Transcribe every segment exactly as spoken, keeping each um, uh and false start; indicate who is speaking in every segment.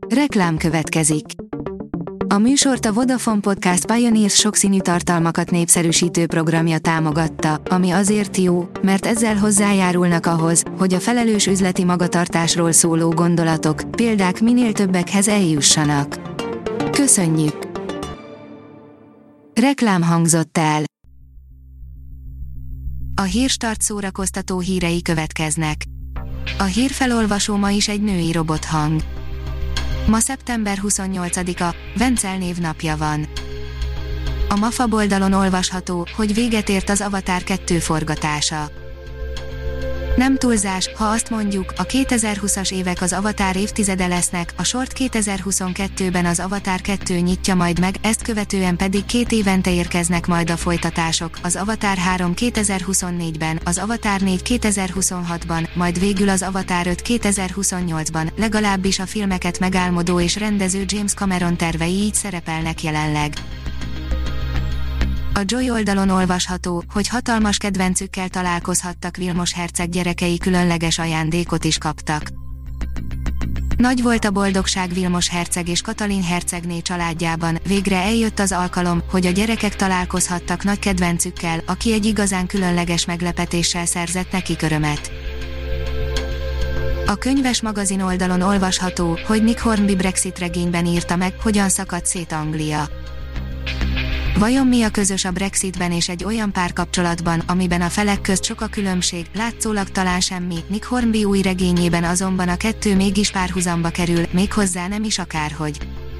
Speaker 1: Reklám következik. A műsort a Vodafone Podcast Pioneers sokszínű tartalmakat népszerűsítő programja támogatta, ami azért jó, mert ezzel hozzájárulnak ahhoz, hogy a felelős üzleti magatartásról szóló gondolatok, példák minél többekhez eljussanak. Köszönjük! Reklám hangzott el. A Hírstart szórakoztató hírei következnek. A hírfelolvasó ma is egy női robothang. Ma szeptember huszonnyolcadika, Vencel névnapja van. A Mafab oldalon olvasható, hogy véget ért az Avatar kettő forgatása. Nem túlzás, ha azt mondjuk, a kétezer-húszas évek az Avatar évtizede lesznek, a sort kétezer-huszonkettőben az Avatar kettő nyitja majd meg, ezt követően pedig két évente érkeznek majd a folytatások, az Avatar három kétezer-huszonnégyben, az Avatar négy kétezer-huszonhatban, majd végül az Avatar öt kétezer-huszonnyolcban, legalábbis a filmeket megálmodó és rendező James Cameron tervei így szerepelnek jelenleg. A Joy oldalon olvasható, hogy hatalmas kedvencükkel találkozhattak, Vilmos herceg gyerekei különleges ajándékot is kaptak. Nagy volt a boldogság Vilmos herceg és Katalin hercegné családjában, végre eljött az alkalom, hogy a gyerekek találkozhattak nagy kedvencükkel, aki egy igazán különleges meglepetéssel szerzett nekik örömet. A Könyves magazin oldalon olvasható, hogy Nick Hornby Brexit regényben írta meg, hogyan szakadt szét Anglia. Vajon mi a közös a Brexitben és egy olyan párkapcsolatban, amiben a felek közt sok a különbség, látszólag talán semmi, Nick Hornby új regényében azonban a kettő mégis párhuzamba kerül, méghozzá nem is akárhogy.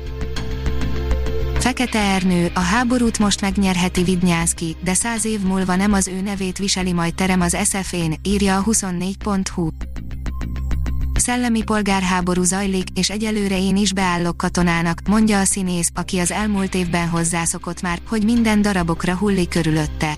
Speaker 1: Fekete Ernő, a háborút most megnyerheti Vidnyánszky, de száz év múlva nem az ő nevét viseli majd terem az es ef én, írja a huszonnégy pont hu. Szellemi polgárháború zajlik, és egyelőre én is beállok katonának, mondja a színész, aki az elmúlt évben hozzászokott már, hogy minden darabokra hullik körülötte.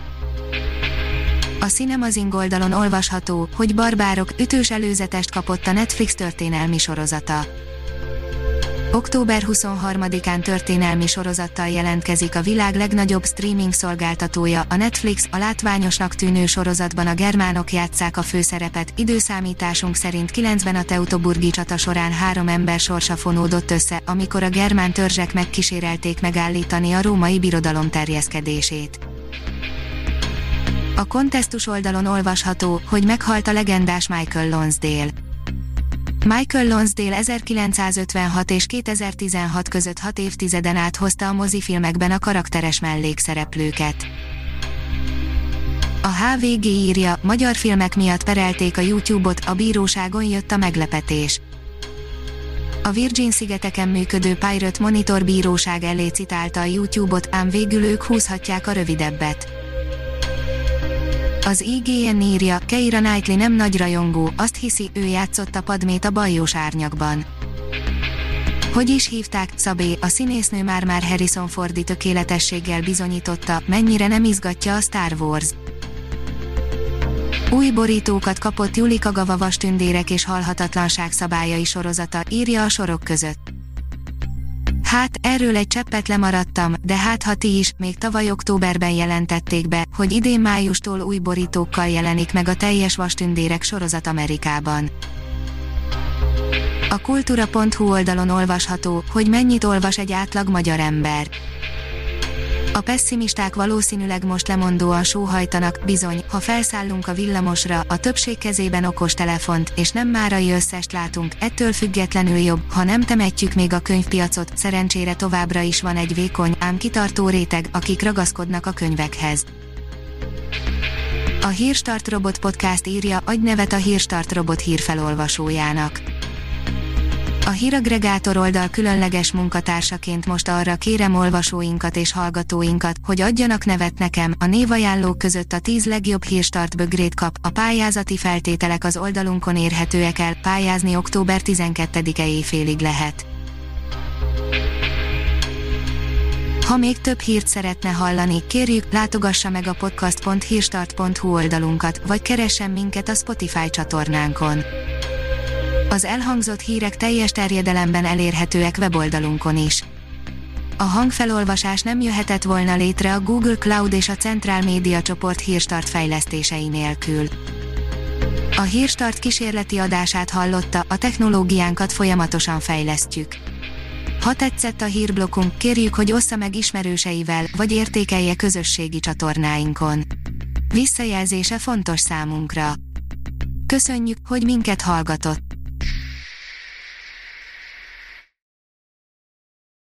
Speaker 1: A Cinemazing oldalon olvasható, hogy Barbárok ütős előzetest kapott a Netflix történelmi sorozata. október huszonharmadikán történelmi sorozattal jelentkezik a világ legnagyobb streaming szolgáltatója, a Netflix. A látványosnak tűnő sorozatban a germánok játsszák a főszerepet, időszámításunk szerint kilencben a teutoburgi csata során három ember sorsa fonódott össze, amikor a germán törzsek megkísérelték megállítani a római birodalom terjeszkedését. A Kontesztus oldalon olvasható, hogy meghalt a legendás Michael Lonsdale. Michael Lonsdale ezerkilencszázötvenhat és kétezer-tizenhat között hat évtizeden át hozta a mozifilmekben a karakteres mellékszereplőket. A há vé gé írja, magyar filmek miatt perelték a YouTube-ot, a bíróságon jött a meglepetés. A Virgin-szigeteken működő Pirate Monitor bíróság elé citálta a YouTube-ot, ám végül ők húzhatják a rövidebbet. Az i gé en írja, Keira Knightley nem nagy rajongó, azt hiszi, ő játszott a Padmét a Bajós árnyakban. Hogy is hívták, Szabé, a színésznő már-már Harrison Fordi tökéletességgel bizonyította, mennyire nem izgatja a Star Wars. Új borítókat kapott Julika Gava Vastündérek és halhatatlanság szabályai sorozata, írja a sorok között. Hát, erről egy cseppet lemaradtam, de hát ha ti is, még tavaly októberben jelentették be, hogy idén májustól új borítókkal jelenik meg a teljes Vastündérek sorozat Amerikában. A kultúra pont hu oldalon olvasható, hogy mennyit olvas egy átlag magyar ember. A pesszimisták valószínűleg most lemondóan sóhajtanak, bizony, ha felszállunk a villamosra, a többség kezében okostelefont, és nem márai összest látunk, ettől függetlenül jobb, ha nem temetjük még a könyvpiacot, szerencsére továbbra is van egy vékony, ám kitartó réteg, akik ragaszkodnak a könyvekhez. A Hírstart Robot Podcast írja, adj nevet a Hírstart Robot hírfelolvasójának. A híraggregátor oldal különleges munkatársaként most arra kérem olvasóinkat és hallgatóinkat, hogy adjanak nevet nekem, a névajánlók között a tíz legjobb Hírstart bögrét kap, a pályázati feltételek az oldalunkon érhetőek el, pályázni október tizenkettedike éjfélig lehet. Ha még több hírt szeretne hallani, kérjük, látogassa meg a podcast pont hírstart pont hu oldalunkat, vagy keressen minket a Spotify csatornánkon. Az elhangzott hírek teljes terjedelemben elérhetőek weboldalunkon is. A hangfelolvasás nem jöhetett volna létre a Google Cloud és a Central Media csoport Hírstart fejlesztései nélkül. A Hírstart kísérleti adását hallotta, a technológiánkat folyamatosan fejlesztjük. Ha tetszett a hírblokkunk, kérjük, hogy ossza meg ismerőseivel, vagy értékelje közösségi csatornáinkon. Visszajelzése fontos számunkra. Köszönjük, hogy minket hallgatott!